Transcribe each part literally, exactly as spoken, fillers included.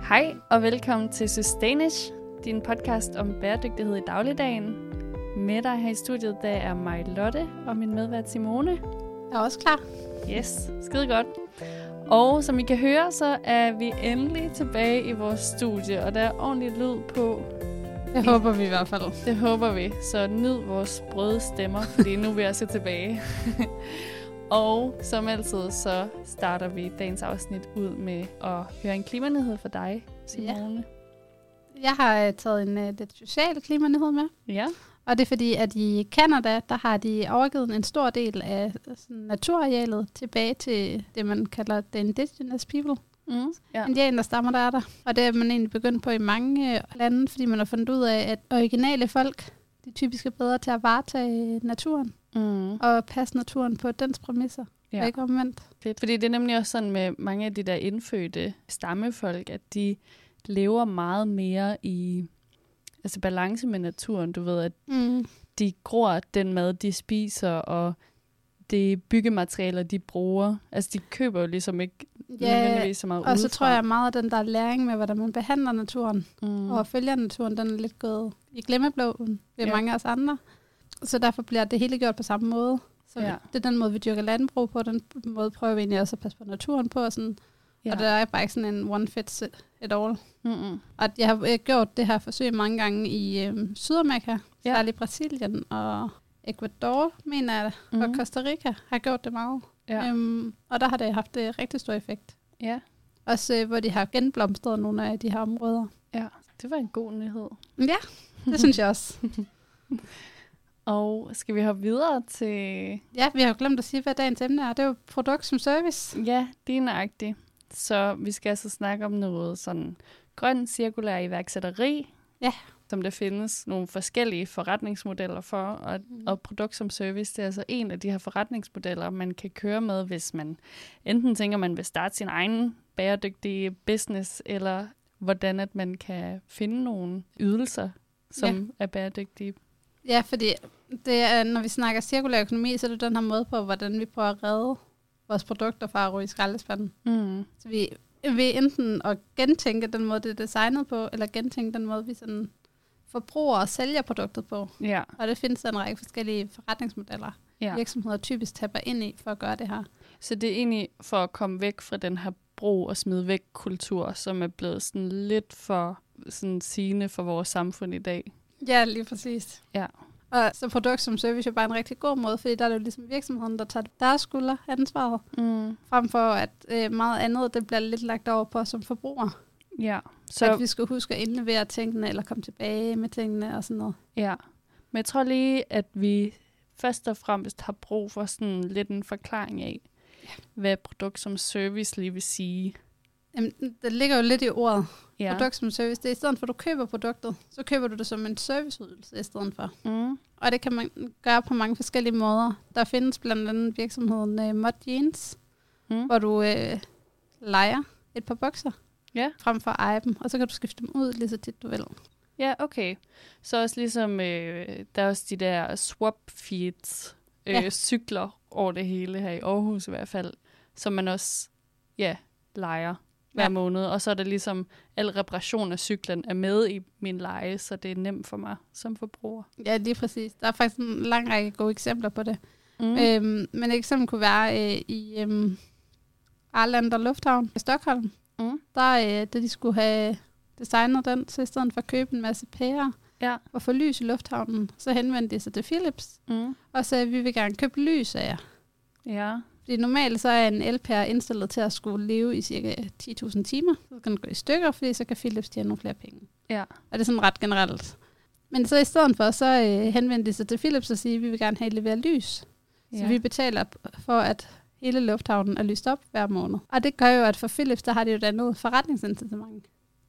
Hej og velkommen til Sustainish, din podcast om bæredygtighed i dagligdagen. Med dig her i studiet, der er mig Lotte og min medvært Simone. Jeg er også klar. Yes, skide godt. Og som I kan høre, så er vi endelig tilbage i vores studie, og der er ordentlig lyd på. Det håber vi i hvert fald. Det håber vi, så nyd vores brøde stemmer, fordi nu er vi altså tilbage. Og som altid, så starter vi dagens afsnit ud med at høre en klimanyhed for dig, Simone. Ja. Jeg har taget en uh, lidt social klimanyhed med. Ja. Og det er fordi, at i Canada, der har de overgivet en stor del af sådan, naturarealet tilbage til det, man kalder the indigenous people. Mm, ja. Indianerstammer, der er der. Og det er man egentlig begyndt på i mange uh, lande, fordi man har fundet ud af, at originale folk, de typisk er bedre til at varetage naturen. Mm. Og passe naturen på dens præmisser. Ja. Og ikke omvendt. Fedt. Fordi det er nemlig også sådan med mange af de der indfødte stammefolk, at de lever meget mere i altså balance med naturen. Du ved, at mm. de gror den mad, de spiser, og det byggematerialer, de bruger. Altså, de køber jo ligesom ikke ja, nødvendigvis så meget udefra. Og så tror jeg meget, at den der læring med, hvordan man behandler naturen, mm. og følger naturen, den er lidt gået i glemmebogen ved ja. mange af os andre. Så derfor bliver det hele gjort på samme måde. Så ja. det er den måde, vi dyrker landbrug på, den måde prøver vi egentlig også at passe på naturen på. Og, sådan. Ja. Og der er bare ikke sådan en one fits it all. Mm-hmm. Og jeg har gjort det her forsøg mange gange i øhm, Sydamerika, ja. særligt Brasilien og Ecuador, mener jeg, mm-hmm. og Costa Rica har gjort det meget. Ja. Øhm, og der har det haft det rigtig stor effekt. Ja. Også øh, hvor de har genblomstret nogle af de her områder. Ja, det var en god nyhed. Ja, det synes jeg også. Og skal vi hoppe videre til... Ja, vi har jo glemt at sige, hvad dagens emne er. Det er jo produkt som service. Ja, det er nøjagtigt. Så vi skal altså snakke om noget sådan grøn, cirkulær iværksætteri, ja. som der findes nogle forskellige forretningsmodeller for. Og, mm. og produkt som service, det er altså en af de her forretningsmodeller, man kan køre med, hvis man enten tænker, man vil starte sin egen bæredygtige business, eller hvordan at man kan finde nogle ydelser, som ja. er bæredygtige. Ja, fordi det er, når vi snakker cirkulær økonomi, så er det den her måde på, hvordan vi prøver at redde vores produkter fra at ryge i skraldespanden. Mm. Så vi vil enten at gentænke den måde, det er designet på, eller gentænke den måde, vi sådan forbruger og sælger produktet på. Ja. Og det findes en række forskellige forretningsmodeller, ja. virksomheder typisk tapper ind i for at gøre det her. Så det er egentlig for at komme væk fra den her brug og smide væk kultur, som er blevet sådan lidt for sådan sigende for vores samfund i dag. Ja, lige præcis. Ja. Og så produkt som service er bare en rigtig god måde, fordi der er det jo ligesom virksomheden, der tager deres skulder ansvaret, mm. frem for at øh, meget andet, det bliver lidt lagt over på som forbruger. Ja. Så at vi skal huske at indlevere tingene, eller komme tilbage med tingene og sådan noget. Ja. Men jeg tror lige, at vi først og fremmest har brug for sådan lidt en forklaring af, ja. hvad produkt som service lige vil sige. Jamen, det ligger jo lidt i ordet. Ja. Produkt som service. Det er i stedet for, at du køber produktet, så køber du det som en serviceydelse i stedet for. Mm. Og det kan man gøre på mange forskellige måder. Der findes blandt andet virksomheden uh, Mod Jeans, mm. hvor du uh, lejer et par bukser ja. frem for at eje dem, og så kan du skifte dem ud lige så tit du vil. Ja, okay. Så også ligesom, øh, der er også de der swap feeds, øh, ja. cykler over det hele her i Aarhus i hvert fald, som man også ja, lejer hver ja. måned, og så er det ligesom, al reparation af cyklen er med i min leje, så det er nemt for mig som forbruger. Ja, lige præcis. Der er faktisk en lang række gode eksempler på det. Mm. Øhm, men et eksempel kunne være øh, i øhm, Arlanda Lufthavn i Stockholm. Mm. Der, øh, da de skulle have designet den, så i stedet for at købe en masse pærer ja. og få lys i lufthavnen, så henvendte de sig til Philips mm. og sagde, at vi vil gerne købe lys af jer. Ja. Fordi normalt så er en elpære indstillet til at skulle leve i cirka ti tusind timer. Så kan den gå i stykker, fordi så kan Philips tjene nogle flere penge. Ja. Og det er sådan ret generelt. Men så i stedet for, så øh, henvendte de sig til Philips og siger, at vi vil gerne have leveret lys. Ja. Så vi betaler for, at hele lufthavnen er lyst op hver måned. Og det gør jo, at for Philips, der har de jo et andet forretningsincitament.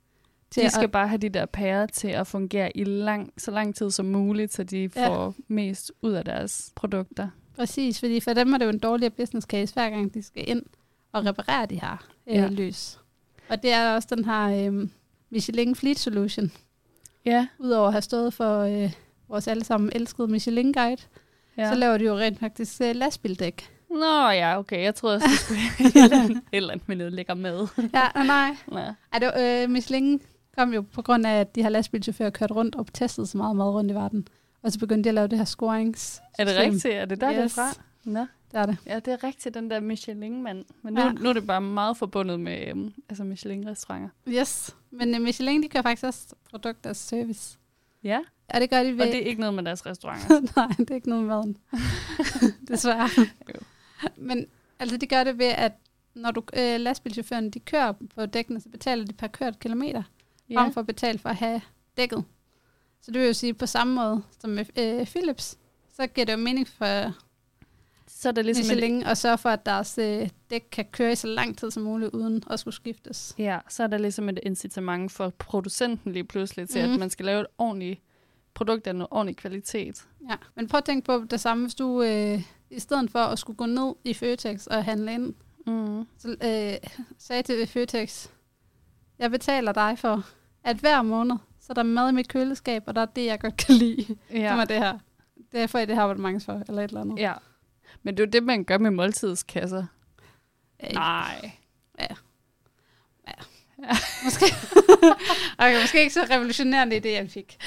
De skal at, bare have de der pærer til at fungere i lang, så lang tid som muligt, så de ja. får mest ud af deres produkter. Præcis, fordi for dem er det jo en dårligere business case, hver gang de skal ind og reparere de her øh, ja. lys. Og det er også den her øh, Michelin Fleet Solution. Ja. Udover at have stået for øh, vores allesammen elskede Michelin Guide, ja. så laver de jo rent faktisk øh, lastbildæk. Nå ja, okay. Jeg troede også, det skulle et eller andet, et eller andet med nedlægger med. Ja, nej. Ja. Ej, det var, øh, Michelin kom jo på grund af, at de her lastbilchauffører kørt rundt og testet så meget mad rundt i verden. Og så begyndte de at lave det her scorings. Er det rigtigt? Er det der, yes. det er fra? Nå. Det er det. Ja, det er rigtigt, den der Michelin-mand. Men nu, ja. nu er det bare meget forbundet med um, altså Michelin-restauranter. Yes, men uh, Michelin, de kører faktisk også produkt og service. Ja? Og det gør de ved... Og det er ikke noget med deres restauranter? Nej, det er ikke noget med maden. Desværre. Jo. Men altså, de gør det ved, at når du øh, lastbilchaufføren, de kører på dækkene, så betaler de per kørt kilometer, ja. Frem for at betale for at have dækket. Så det vil jo sige, på samme måde som med øh, Philips, så giver det jo mening for så er det ligesom Michelin at sørge for, at deres øh, dæk kan køre i så lang tid som muligt, uden at skulle skiftes. Ja, så er der ligesom et incitament for producenten lige pludselig til, mm. at man skal lave et ordentligt produkt af noget ordentlig kvalitet. Ja, men prøv at tænke på det samme, hvis du øh, i stedet for at skulle gå ned i Føtex og handle ind, mm. så øh, sagde til Føtex, jeg betaler dig for, at hver måned, så er der mad i mit køleskab, og der er det, jeg godt kan lide, ja. Som er det her. Det er for i det her abonnement for, eller et eller andet. Ja, men det er jo det, man gør med måltidskasser. Øh, Nej. Ja. Ja. ja. Måske. Okay, måske ikke så revolutionerende idé, jeg fik.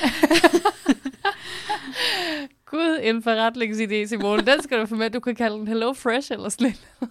Gud, en forretningsidé, Simone. Den skal du få med. Du kan kalde den Hello Fresh eller sådan lidt.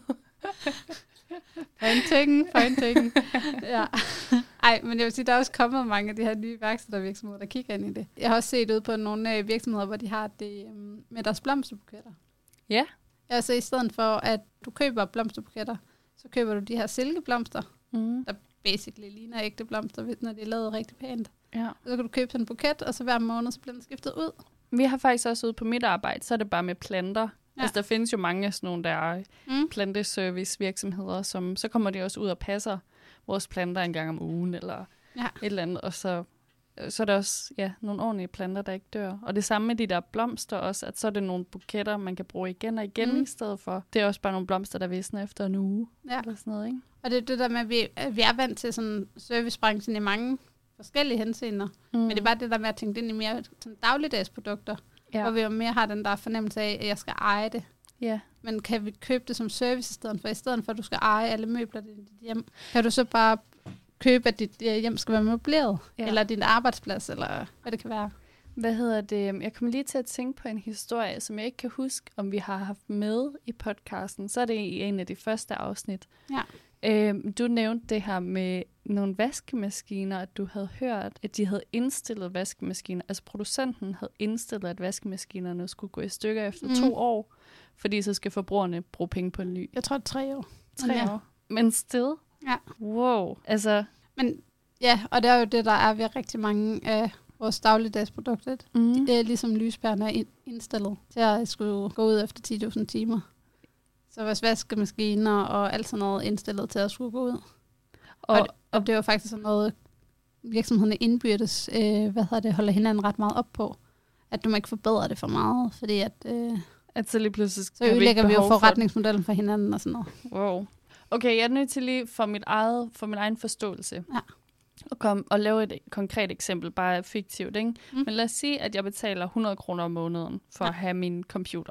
Pointing, pointing. Ja. Ej, men jeg vil sige, der er også kommet mange af de her nye værksættervirksomheder, der kigger ind i det. Jeg har også set ud på nogle virksomheder, hvor de har det um, med deres blomsterbuketter. Ja. Altså i stedet for, at du køber blomsterbuketter, så køber du de her silkeblomster, mm. der basically ligner ægte blomster, når de er lavet rigtig pænt. Ja. Så kan du købe sådan en buket, og så hver måned, så bliver den skiftet ud. Vi har faktisk også ude på mit arbejde, så er det bare med planter. Ja. Altså der findes jo mange af sådan nogle der mm. planteservice virksomheder, som så kommer de også ud og passer vores planter en gang om ugen, eller ja. Et eller andet, og så, så er der også ja, nogle ordentlige planter, der ikke dør. Og det samme med de der blomster også, at så er det nogle buketter, man kan bruge igen og igen mm. i stedet for. Det er også bare nogle blomster, der visner efter en uge, ja. Eller sådan noget, ikke? Og det er det der med, at vi, at vi er vant til sådan servicebranchen i mange forskellige henseender, mm. men det er bare det der med at tænke ind i mere sådan dagligdags produkter, ja. Hvor vi jo mere har den der fornemmelse af, at jeg skal eje det. Ja. Men kan vi købe det som service i stedet for, i stedet for at du skal eje alle møbler i dit hjem, kan du så bare købe, at dit hjem skal være møbleret, ja. Eller din arbejdsplads, eller hvad det kan være. Hvad hedder det? Jeg kommer lige til at tænke på en historie, som jeg ikke kan huske, om vi har haft med i podcasten. Så er det i en af de første afsnit. Ja. Øhm, du nævnte det her med nogle vaskemaskiner, at du havde hørt, at de havde indstillet vaskemaskiner. Altså producenten havde indstillet, at vaskemaskinerne skulle gå i stykker efter mm. to år, fordi så skal forbrugerne bruge penge på en ny. Jeg tror, tre år. Tre ja. år. Men still? Ja. Wow. Altså. Men ja, og det er jo det, der er ved rigtig mange af vores dagligdagsprodukter. Mm. Det er ligesom lyspærerne er indstillet til at skulle gå ud efter ti tusind timer. Så vores vaskemaskiner og alt sådan noget indstillet til at skulle gå ud. Og, og, og det var faktisk sådan noget, virksomhederne indbyrdes, øh, hvad hedder det, holder hinanden ret meget op på. At du må ikke forbedre det for meget, fordi at... Øh, at så lige pludselig så ødelægger vi jo forretningsmodellen for hinanden og sådan noget. Wow. Okay, jeg er nødt til lige for, mit eget, for min egen forståelse ja. at komme og lave et konkret eksempel, bare fiktivt, ikke? Mm. Men lad os sige, at jeg betaler hundrede kroner om måneden for ja. At have min computer.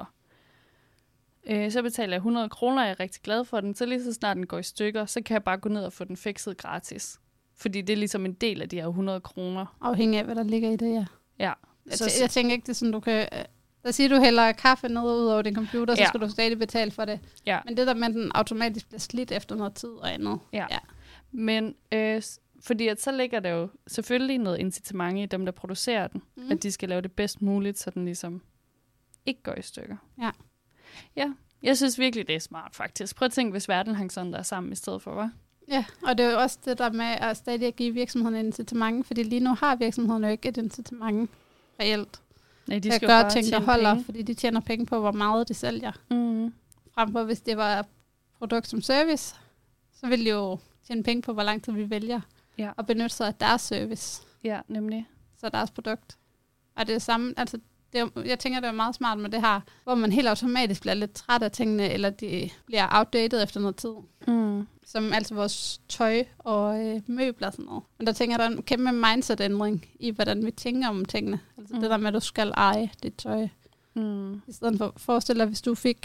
Øh, så betaler jeg hundrede kroner, og jeg er rigtig glad for den. Så lige så snart den går i stykker, så kan jeg bare gå ned og få den fikset gratis. Fordi det er ligesom en del af de her hundrede kroner. Afhængig af, hvad der ligger i det, ja. Ja. Jeg, t- jeg tænker ikke, det er sådan, du kan... Der siger du hælder kaffe ned ud over din computer, så ja. Skal du stadig betale for det. Ja. Men det der med, at den automatisk bliver slidt efter noget tid og andet. Ja. ja. Men øh, fordi at så ligger der jo selvfølgelig noget incitament i dem, der producerer den. Mm. At de skal lave det bedst muligt, så den ligesom ikke går i stykker. Ja. Ja. Jeg synes virkelig, det er smart faktisk. Prøv at tænke, hvis verden hang sådan der sammen i stedet for, hva'? Ja, og det er jo også det der med at stadig give virksomhederne incitament, fordi lige nu har virksomhederne jo ikke et incitament reelt. Nej, de skal gøre ting, der holder, penge. Fordi de tjener penge på, hvor meget de sælger. Mm. Frem for, hvis det var produkt som service, så ville de jo tjene penge på, hvor lang tid vi vælger ja. At benytte sig af deres service. Ja, nemlig. Så deres produkt. Og det er samme, altså det er, jeg tænker, det er meget smart med det her, hvor man helt automatisk bliver lidt træt af tingene, eller de bliver outdated efter noget tid. Mm. Som altså vores tøj og øh, møbler og sådan noget. Men der tænker jeg, der er en kæmpe mindset-ændring i, hvordan vi tænker om tingene. Altså mm. det der med, at du skal eje dit tøj. Mm. I stedet for, forestil dig, hvis du fik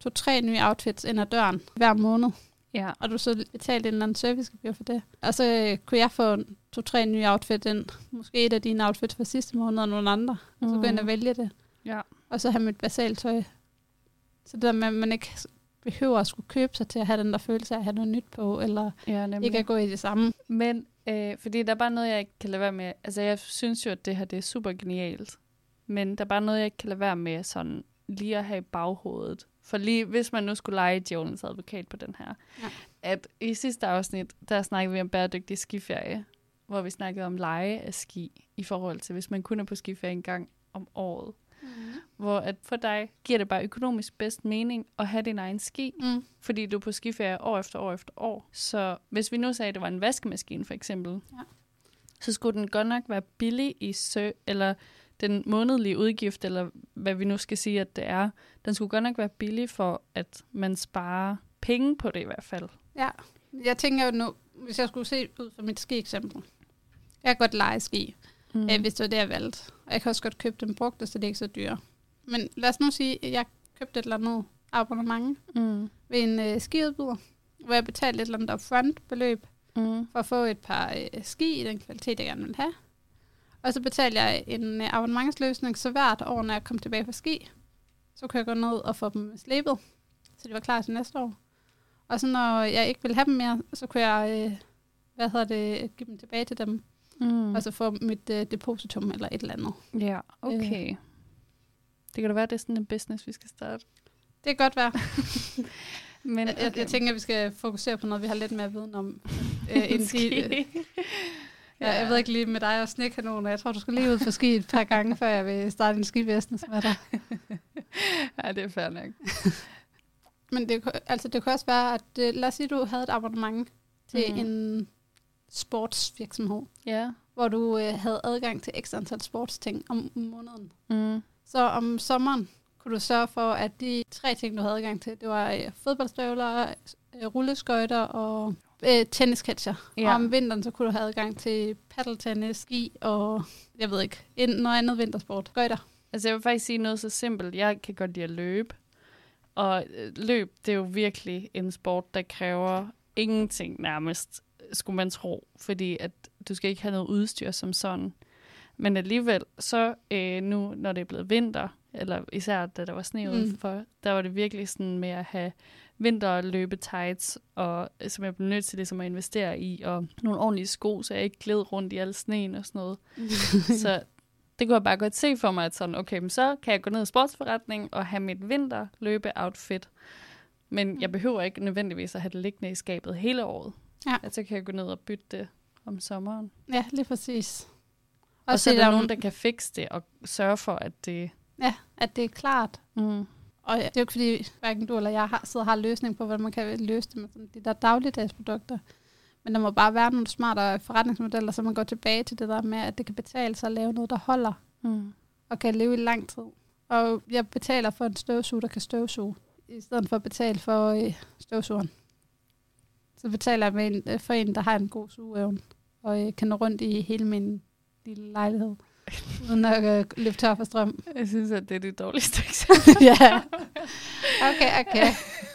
to-tre nye outfits ind ad døren hver måned. Ja. Og du så betalte en eller anden servicegebyr for det. Og så øh, kunne jeg få to-tre nye outfits ind. Måske et af dine outfits fra sidste måned og nogle andre. Mm. Så gå ind og vælge det. Ja. Og så have mit basalt tøj. Så det der med, at man ikke behøver at skulle købe sig til at have den der følelse af at have noget nyt på, eller ja, ikke at gå i det samme. Men, øh, fordi der er bare noget, jeg ikke kan lade være med. Altså, jeg synes jo, at det her det er super genialt. Men der er bare noget, jeg ikke kan lade være med sådan lige at have i baghovedet. For lige, hvis man nu skulle lege djævelens advokat på den her. Ja. At i sidste afsnit, der snakkede vi om bæredygtig skiferie, hvor vi snakkede om leje af ski, i forhold til, hvis man kun er på skiferie en gang om året. Mm. Hvor at for dig giver det bare økonomisk bedst mening at have din egen ski, mm. fordi du er på skiferie år efter år efter år. Så hvis vi nu sagde, at det var en vaskemaskine for eksempel, ja. så skulle den godt nok være billig i sø, eller den månedlige udgift, eller hvad vi nu skal sige, at det er, den skulle godt nok være billig for, at man sparer penge på det i hvert fald. Ja, jeg tænker jo nu, hvis jeg skulle se ud fra mit ski-eksempel. Jeg kan godt lege ski, mm. øh, hvis det var det, jeg valgte. Og jeg kan også godt købe dem brugte, så det er ikke så dyre. Men lad os nu sige, at jeg købte et eller andet abonnement mm. ved en øh, skiudbyder, hvor jeg betalte et eller andet upfront beløb mm. for at få et par øh, ski i den kvalitet, jeg gerne vil have. Og så betalte jeg en øh, abonnementsløsning, så hvert år, når jeg kom tilbage fra ski, så kunne jeg gå ned og få dem slebet, så de var klar til næste år. Og så når jeg ikke ville have dem mere, så kunne jeg, øh, hvad hedder det, give dem tilbage til dem, mm. og så få mit øh, depositum eller et eller andet. Ja, okay. Øh. Det kan da være, det er sådan en business, vi skal starte. Det kan godt være. Men okay. jeg, jeg tænker, at vi skal fokusere på noget, vi har lidt mere viden om. Øh, end ski. Ja, ja. Jeg ved ikke lige med dig og snekanoner. Jeg tror, du skal lige ud for ski et par gange, før jeg vil starte en skibusiness med dig. Ja, det er fair nok. Men det, altså, det kan også være, at lad os sige, at du havde et abonnement til mm. en sportsvirksomhed, yeah. hvor du øh, havde adgang til ekstra antal sportsting om måneden. Mm. Så om sommeren kunne du sørge for, at de tre ting, du havde adgang til, det var øh, fodboldstøvler, øh, rulleskøjter og øh, tennisketcher. Yeah. Og om vinteren, så kunne du have adgang til paddeltennis, ski og, jeg ved ikke, en, noget andet vintersport. Skøjter. Altså jeg vil faktisk sige noget så simpelt. Jeg kan godt lide at løbe. Og løb, det er jo virkelig en sport, der kræver ingenting nærmest, skulle man tro. Fordi at du skal ikke have noget udstyr som sådan. Men alligevel, så øh, nu, når det er blevet vinter, eller især da der var sne mm. udenfor, der var det virkelig sådan med at have vinterløbetights, og som jeg blev nødt til ligesom at investere i, og nogle ordentlige sko, så jeg ikke gled rundt i al sneen og sådan noget. Så det kunne jeg bare godt se for mig, at sådan, okay, men så kan jeg gå ned i sportsforretningen og have mit vinterløbe-outfit. Men jeg behøver ikke nødvendigvis at have det liggende i skabet hele året. Ja. Altså kan jeg gå ned og bytte det om sommeren. Ja, lige præcis. Og, og så er der nogen, der kan fikse det og sørge for, at det... Ja, at det er klart. Mm. Og det er jo ikke fordi, hverken du eller jeg har, sidder og har løsning på, hvordan man kan løse det med sådan de der dagligdags produkter. Men der må bare være nogle smartere forretningsmodeller, så man går tilbage til det der med, at det kan betale sig at lave noget, der holder. Mm. Og kan leve i lang tid. Og jeg betaler for en støvsuger, der kan støvsuge, i stedet for at betale for øh, støvsugeren. Så betaler jeg med en, øh, for en, der har en god sugeevne, og øh, kan nå rundt i hele min lille lejlighed, uden at øh, løbe tør for strøm. Jeg synes, at det er det dårligste eksempel. Ja. Okay, okay.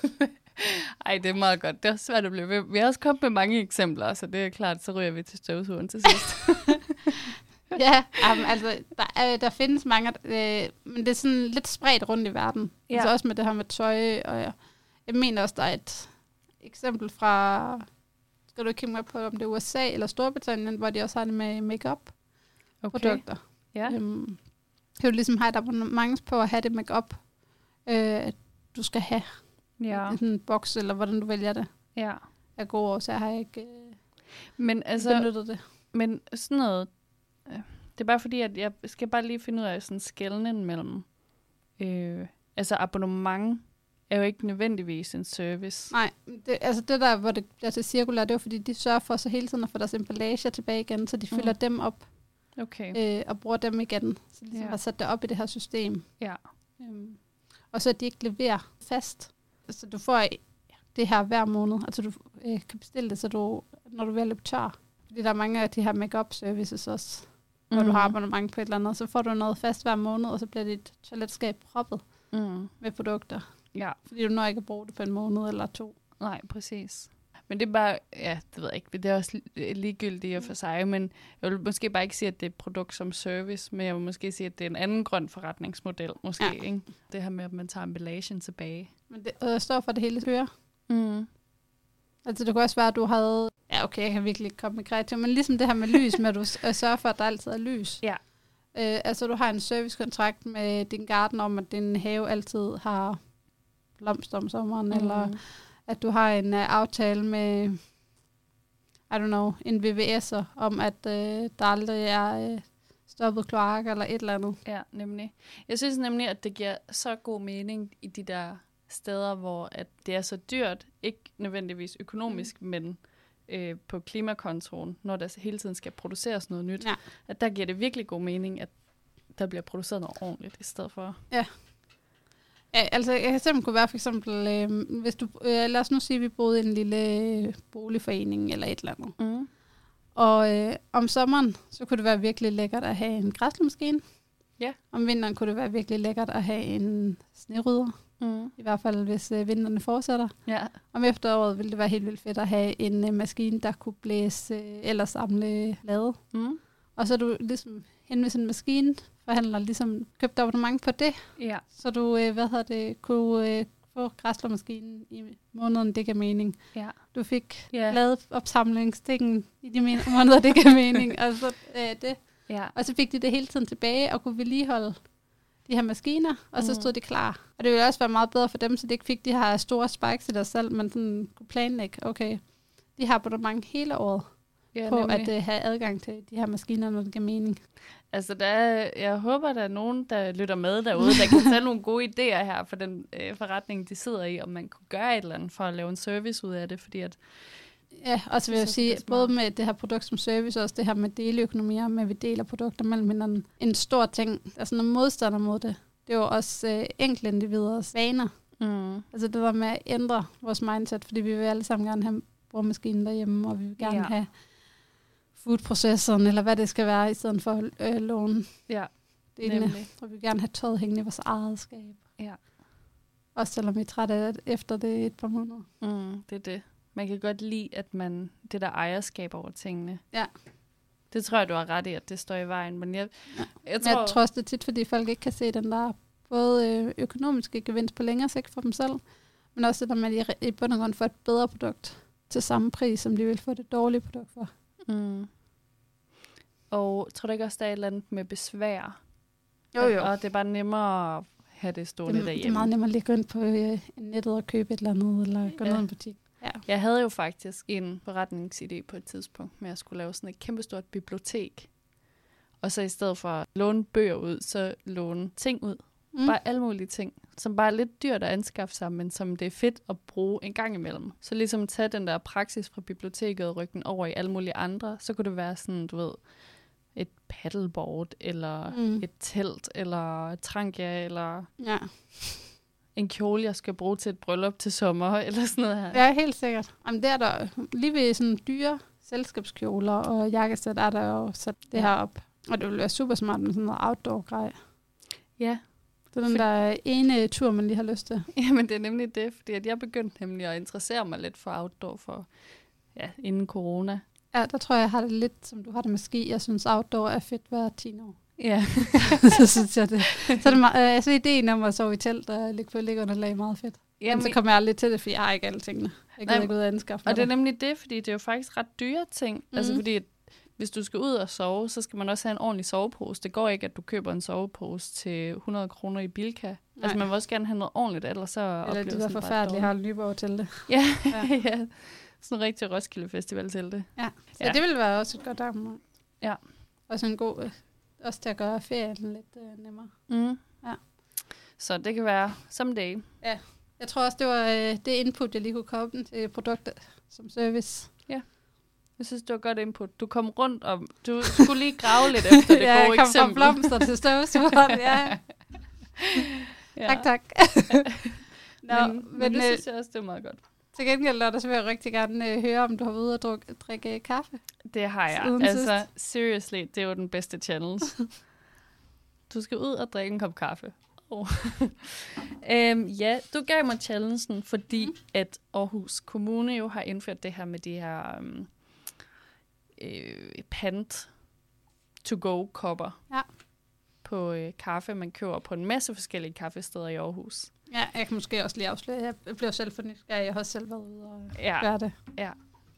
Ej, det er meget godt. Det er svært at blive ved. Vi har også kommet med mange eksempler, så det er klart, så ryger vi til støvsugeren til sidst. Ja, um, altså, der, er, der findes mange, øh, men det er sådan lidt spredt rundt i verden. Ja. Altså også med det her med tøj, og jeg, jeg mener også, der er et eksempel fra, skal du ikke kigge med på, om det er U S A eller Storbritannien, hvor de også har det med make-up produkter. Okay. Ja. Um, kan du ligesom have et abonnement på at have det make-up, øh, du skal have. Ja. En boks, eller hvordan du vælger det. Ja. Af gode år, så jeg har ikke øh, men altså, benyttet det. Men sådan noget, øh, det er bare fordi, at jeg skal bare lige finde ud af sådan skelnen mellem, øh, altså abonnement er jo ikke nødvendigvis en service. Nej, det, altså det der, hvor det bliver til cirkulær, det er jo fordi, de sørger for så hele tiden at få deres emballager tilbage igen, så de mm. fylder dem op. Okay. Øh, og bruger dem igen. Så de ja. har sat det op i det her system. Ja. Øhm, og så at de ikke leverer fast. Så du får det her hver måned. Altså du øh, kan bestille det, så du, når du er ved at løbe tør. Fordi der er mange af de her make-up services også, mm. hvor du har abonnement på et eller andet. Så får du noget fast hver måned, og så bliver dit toiletskab proppet mm. med produkter. Ja. Fordi du når ikke at bruge det på en måned eller to. Nej, præcis. Men det er bare, ja, det ved jeg ikke, det er også ligegyldigt for sig, men jeg vil måske bare ikke sige, at det er et produkt som service, men jeg vil måske sige, at det er en anden grøn forretningsmodel, måske, ja. Ikke? Det her med, at man tager emballagen tilbage. Men det øh, står for, det hele kører. Mm. Altså det kunne også være, at du havde, ja okay, jeg kan virkelig ikke komme med kreativ, men ligesom det her med lys, med at du sørger for, at der altid er lys. Ja. Øh, altså du har en servicekontrakt med din garden om, at din have altid har blomster om sommeren, mm. eller at du har en uh, aftale med, I don't know, en V V S'er om, at uh, der aldrig er uh, stoppet kloak eller et eller andet. Ja, nemlig. Jeg synes nemlig, at det giver så god mening i de der steder, hvor at det er så dyrt, ikke nødvendigvis økonomisk, mm. men øh, på klimakontoen, når der hele tiden skal produceres noget nyt, ja. At der giver det virkelig god mening, at der bliver produceret noget ordentligt i stedet for. Ja. Ja, altså jeg kan simpelthen kunne være for eksempel, øh, hvis du, øh, lad os nu sige, at vi boede i en lille boligforening eller et eller andet. Mm. Og øh, om sommeren, så kunne det være virkelig lækkert at have en græsslåmaskine. Ja. Om vinteren kunne det være virkelig lækkert at have en snerydder. Mm. I hvert fald, hvis øh, vinterne fortsætter. Ja. Om efteråret ville det være helt vildt fedt at have en øh, maskine, der kunne blæse øh, eller samle lade. Mm. Og så er du ligesom hen med sådan en maskine, forhandler ligesom købt abonnement på det. Ja. Så du, øh, hvad hedder det, kunne øh, få græsslåmaskinen i måneden, det gav mening. Ja. Du fik yeah. lavet opsamlingsstikken i de måneder, det gav mening. Og, så, øh, det. Ja. Og så fik de det hele tiden tilbage og kunne vedligeholde de her maskiner, og så stod de klar. Og det ville også være meget bedre for dem, så de ikke fik de her store spikes i deres salg, men sådan kunne planlægge, okay, de har abonnement hele året ja, på nemlig. At uh, have adgang til de her maskiner, når det giver mening. Altså, der er, jeg håber, der er nogen, der lytter med derude, der kan tage nogle gode idéer her for den øh, forretning, de sidder i, om man kunne gøre et eller andet for at lave en service ud af det, fordi at ja, og så vil jeg sige, både med det her produkt som service, og også det her med deleøkonomier, med at vi deler produkter mellem hinanden. En stor ting, der er sådan en modstander mod det, det er jo også øh, enkelte individers vaner. Mm. Altså det der med at ændre vores mindset, fordi vi vil alle sammen gerne have boremaskinen derhjemme, og vi vil gerne ja. have foodprocessoren, eller hvad det skal være, i stedet for øh, låne. Ja, nemlig. Og vi vil gerne have tøjet hængende i vores eget skab. Ja. Også selvom vi er trætte af det efter det et par måneder. Mm, det er det. Man kan godt lide, at man det der ejerskab over tingene. Ja. Det tror jeg, du har ret i, at det står i vejen. Men jeg, ja. jeg, tror, jeg tror også, det er tit, fordi folk ikke kan se den der både økonomiske gevinst på længere sigt for dem selv, men også det der med, at de i bund og grund får et bedre produkt til samme pris, som de vil få det dårlige produkt for. Mm. Og tror du ikke også, der er et eller andet med besvær? Jo, jo. Og det er bare nemmere at have det stående det, derhjemme. Det er meget nemmere at ligge ind på øh, nettet og købe et eller andet, eller gå ja. ned i en butik. Ja. Jeg havde jo faktisk en forretningsidé på et tidspunkt, med at jeg skulle lave sådan et kæmpestort bibliotek. Og så i stedet for at låne bøger ud, så låne ting ud. Mm. Bare alle mulige ting, som bare er lidt dyrt at anskaffe sig, men som det er fedt at bruge en gang imellem. Så ligesom tage den der praksis fra biblioteket og rykke den over i alle mulige andre, så kunne det være sådan, du ved, et paddleboard, eller mm. et telt, eller et trangia, eller ja. en kjole, jeg skal bruge til et bryllup til sommer, eller sådan noget her. Ja, helt sikkert. Jamen, det er der lige ved sådan dyre selskabskjoler og jakkesæt, er der jo sat det ja. her op. Og det ville være super smart med sådan noget outdoor-grej. Ja. Det er den For... der ene tur, man lige har lyst til. Jamen, det er nemlig det, fordi at jeg begyndte nemlig at interessere mig lidt for outdoor for, ja, inden corona. Ja, der tror jeg, jeg har det lidt, som du har det med ski. Jeg synes, outdoor er fedt hver ti år. Ja. så synes jeg det. Så er det meget, øh, så ideen om at sove i telt og ligge på liggeunderlag er meget fedt. Jamen, men så kommer jeg aldrig til det, fordi jeg har ikke alle tingene. Jeg kan ikke ud af anskaffe. Og det er nemlig det, fordi det er jo faktisk ret dyre ting. Mm-hmm. Altså fordi, hvis du skal ud og sove, så skal man også have en ordentlig sovepose. Det går ikke, at du køber en sovepose til hundrede kroner i Bilka. Nej. Altså man vil også gerne have noget ordentligt, ellers så oplever det. Eller det er forfærdeligt, Harald Nyborg til det. Ja, ja. ja. Sådan en rigtig Roskilde Festival til det. Ja, så ja. det ville være også et godt argument. Ja. Og sådan en god, øh, også til at gøre ferien lidt øh, nemmere. Mm. Ja. Så det kan være someday. Ja, jeg tror også, det var øh, det input, jeg lige kunne komme til produkter som service. Ja, jeg synes, det var godt input. Du kom rundt om, du skulle lige grave lidt efter det ja, gode eksempel. Ja, jeg kom fra blomster til støvsugeren, ja. ja. Tak, tak. Nå, men, men, men det synes jeg også, det er meget godt. Til gengæld, Lotte, så vil jeg rigtig gerne øh, høre, om du har været ude og druk, drikke kaffe. Det har jeg. Siden altså, sidst. Seriously, det er jo den bedste challenge. Du skal ud og drikke en kop kaffe. Oh. øhm, ja, du gav mig challengen, fordi mm. at Aarhus Kommune jo har indført det her med de her um, øh, pant to-go-kopper ja. på øh, kaffe, man køber på en masse forskellige kaffesteder i Aarhus. Ja, jeg kan måske også lige afsløre. Jeg blev selv for nysgerrig. Jeg har også selv været ude og ja. gøre det. Ja.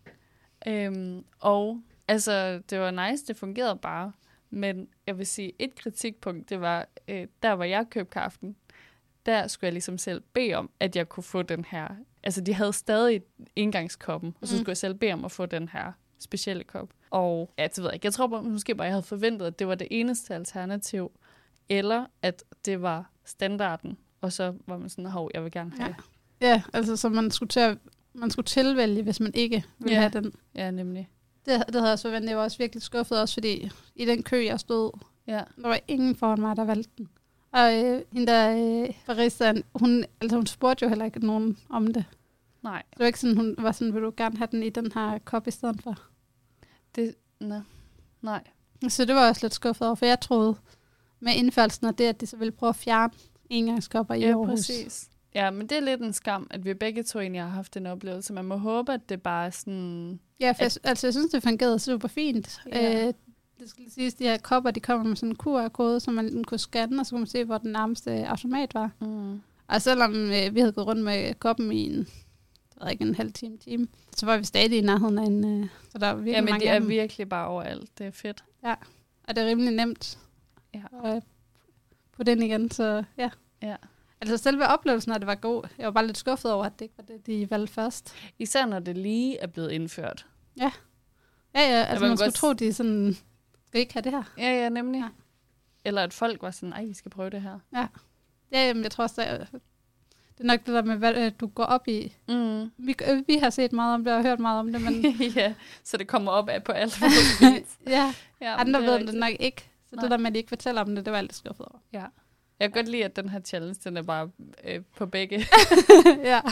Øhm, og altså, det var nice, det fungerede bare. Men jeg vil sige, et kritikpunkt, det var, øh, der hvor jeg købte kaffen, der skulle jeg ligesom selv bede om, at jeg kunne få den her. Altså, de havde stadig engangskoppen, og så skulle mm. jeg selv bede om at få den her specielle kop. Og ja, det ved jeg ikke. Jeg tror bare, måske bare, jeg havde forventet, at det var det eneste alternativ, eller at det var standarden, og så var man sådan, hov, jeg vil gerne have ja. det. Ja, altså, så man skulle, til at, man skulle tilvælge, hvis man ikke ville ja. have den. Ja, nemlig. Det, det havde jeg også forventet. Jeg var også virkelig skuffet, også fordi i den kø, jeg stod, ja. der var ingen foran mig, der valgte den. Og øh, hende der øh, baristaen, hun, altså, hun spurgte jo heller ikke nogen om det. Nej. Det var ikke sådan, hun var sådan, vil du gerne have den i den her kop i stedet for? Det, nej. nej. Så det var jeg også lidt skuffet over, for jeg troede med indførelsen af det, at de så ville prøve at fjerne engangskopper i ja, Aarhus. Præcis. Ja, men det er lidt en skam, at vi begge to egentlig har haft en oplevelse. Man må håbe, at det bare er sådan... Ja, for at... jeg, altså, jeg synes, det fungerede super fint. Ja. Øh, det skal lige siges, de her kopper, de kommer med sådan en Q R-kode, så man kunne scanne, og så kunne man se, hvor den nærmeste automat var. Mm. Og selvom øh, vi havde gået rundt med koppen i en, jeg ved ikke, en halv time, time, så var vi stadig i nærheden af en... Øh, så der var virkelig ja, men mange de er virkelig bare overalt. Det er fedt. Ja, og det er rimelig nemt ja. at putte den igen, så ja. Ja. Altså selve oplevelsen, at det var god. Jeg var bare lidt skuffet over, at det ikke var det, de valgte først. Især når det lige er blevet indført. Ja. Ja, ja. Altså ja, man skulle godt... tro, de sådan, skal ikke have det her? Ja, ja, nemlig. Ja. Eller at folk var sådan, ej, vi skal prøve det her. Ja. Ja, jamen, jeg tror også, det er nok det der med, hvad du går op i. Mm. Vi, vi har set meget om det og hørt meget om det, men... ja, så det kommer op af på alt. ja. ja, andre det ved rigtigt. det nok ikke. Så Nej. det der med, at de ikke fortæller om det, det var alt skuffet over. Ja. Jeg kan godt lide, at den her challenge, den er bare øh, på begge. ja.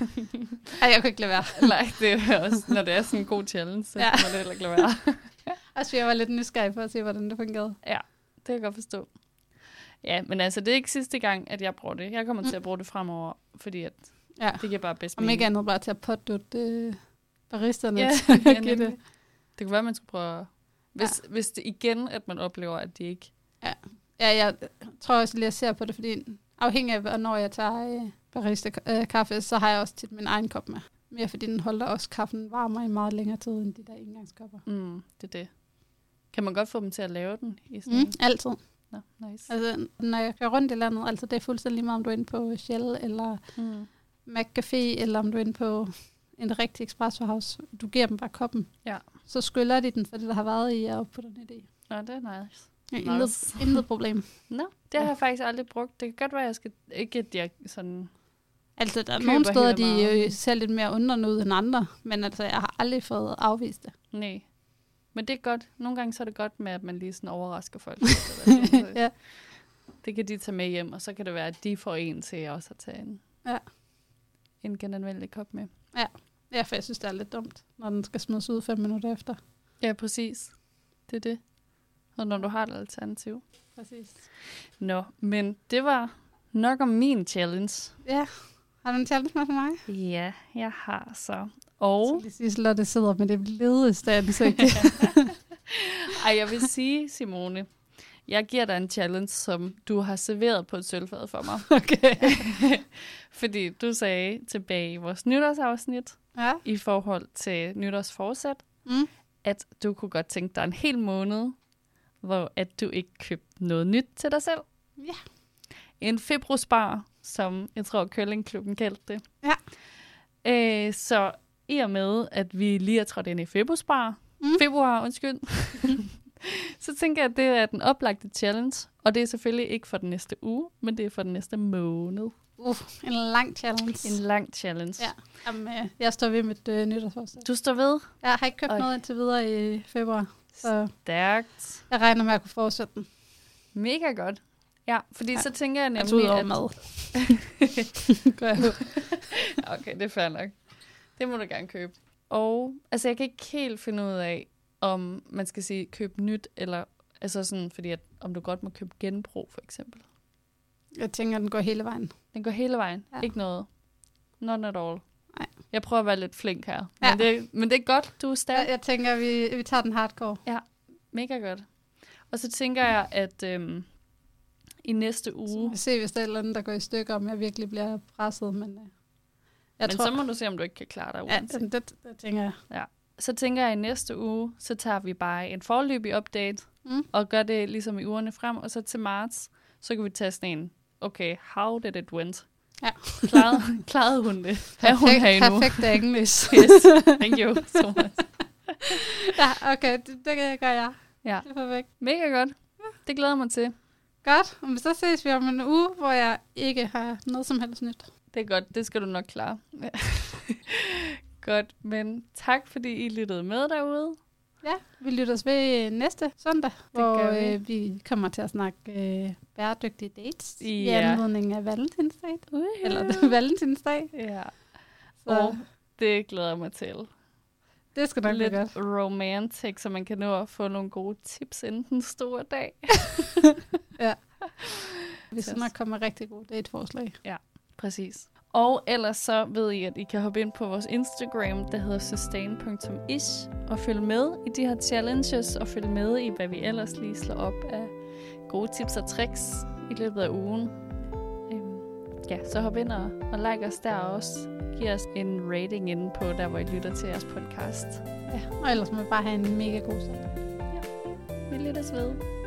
Ej, jeg kunne ikke lade være. Nej, det er også, når det er sådan en god challenge, så ja. må det heller ikke lade være. Altså, jeg var lidt nysgerrig for at se, hvordan det fungerede. Ja, det kan jeg godt forstå. Ja, men altså, det er ikke sidste gang, at jeg bruger det. Jeg kommer mm. til at bruge det fremover, fordi at ja. det giver bare bedst mening. Om ikke andet bare til at pådutte øh, baristerne ja, til ja, at give det. Det kunne være, man skulle prøve... Hvis, ja. hvis det igen, at man oplever, at de ikke... Ja. Ja, jeg tror også lige, at jeg ser på det, fordi afhængig af, hvornår jeg tager øh, barista-kaffe, øh, så har jeg også tit min egen kop med. Mere fordi den holder også kaffen varmere i meget længere tid, end de der engangskopper. Mm, det er det. Kan man godt få dem til at lave den? I sådan mm, altid. No, nice. Altså, når jeg kører rundt i landet, altså det er fuldstændig lige meget, om du er inde på Shell, eller mm. McCafé, eller om du er inde på en rigtig espressohouse. Du giver dem bare koppen. Ja. Så skyller de den for det, der har været i, og putter den i det. Ja, det er nice. Ja, intet, nice. intet problem. Nå, no, det har ja. jeg faktisk aldrig brugt. Det kan godt være, at jeg skal ikke, at jeg sådan... Altså, der er nogle steder, de øh, ser lidt mere undrende ud end andre, men altså, jeg har aldrig fået afvist det. Nej. Men det er godt. Nogle gange så er det godt med, at man lige sådan overrasker folk. ja. Det kan de tage med hjem, og så kan det være, at de får en til også at tage en, ja. en genanvendelig kop med. Ja. ja, for jeg synes, det er lidt dumt, når den skal smides ud fem minutter efter. Ja, præcis. Det er det. Og når du har et alternativ. Præcis. Nå, men det var nok om min challenge. Ja. Har du en challenge med for mig? Ja, jeg har så. Og... Så lige sidst, Lotte sidder med det ledeste ansigt. Ej, jeg vil sige, Simone, jeg giver dig en challenge, som du har serveret på et sølvfad for mig. Okay. Fordi du sagde tilbage i vores nytårsafsnit, ja. i forhold til nytårsforsæt, mm. at du kunne godt tænke dig en hel måned, hvor at du ikke købte noget nyt til dig selv. Ja. En februarspar, som jeg tror, Curlingklubben kaldte det. Ja. Æ, så i og med, at vi lige er trådt ind i februarspar, mm. februar, undskyld, så tænker jeg, at det er den oplagte challenge. Og det er selvfølgelig ikke for den næste uge, men det er for den næste måned. Uh, en lang challenge. En lang challenge. Ja. Jamen, øh, jeg står ved mit øh, nytårsforsæt. Du står ved? Jeg har ikke købt okay. noget indtil videre i februar. Så stærkt. Jeg regner med at kunne fortsætte den. Mega godt. Ja, fordi ja. så tænker jeg nemlig, altså, at... mad. Okay, det er fair nok. Det må du gerne købe. Og altså, jeg kan ikke helt finde ud af, om man skal sige købe nyt, eller altså sådan, fordi at, om du godt må købe genbrug, for eksempel. Jeg tænker, den går hele vejen. Den går hele vejen. Ja. Ikke noget. Not at all. Nej. Jeg prøver at være lidt flink her. Ja. Men, det, men det er godt, du er stærk. Jeg, jeg tænker, vi, vi tager den hardcore. Ja, mega godt. Og så tænker jeg, at øhm, i næste uge... Så vi ser, hvis der er et eller andet, der går i stykker, om jeg virkelig bliver presset. Men, øh, jeg men tror, så må du se, om du ikke kan klare dig uanset. Ja, det, det, det tænker jeg. Ja. Så tænker jeg, at i næste uge, så tager vi bare en forløbig update, mm. og gør det ligesom i ugerne frem, og så til marts, så kan vi tage sådan en, okay, how did it went? Ja. Klarede, klarede hun det? Er hun her endnu? Perfekt engelsk. Yes, thank you so much. Ja, okay, det, det gør jeg. Ja. Det er perfekt. Mega godt. Det glæder jeg mig til. Godt, og så ses vi om en uge, hvor jeg ikke har noget som helst nyt. Det er godt, det skal du nok klare. Godt, men tak fordi I lyttede med derude. Ja, vi lytter os ved næste søndag, det hvor vi. Øh, vi kommer til at snakke øh, bæredygtige dates ja. i anledning af valentinsdag. Uh, ja. Eller valentinsdag. Ja. Så. Og det glæder jeg mig til. Det skal nok lidt blive godt. Romantic, så man kan nå at få nogle gode tips inden den store dag. Ja. Vi skal nok komme med rigtig gode dateforslag. Ja, præcis. Og ellers så ved I, at I kan hoppe ind på vores Instagram, der hedder sustain punktum ish, og følge med i de her challenges, og følge med i, hvad vi ellers lige slår op af gode tips og tricks i løbet af ugen. Øhm, ja, så hop ind og, og like os der også. Giv os en rating inde på, der hvor I lytter til jeres podcast. Ja, og ellers må vi bare have en mega god søndag. Ja, vi lyttes ved.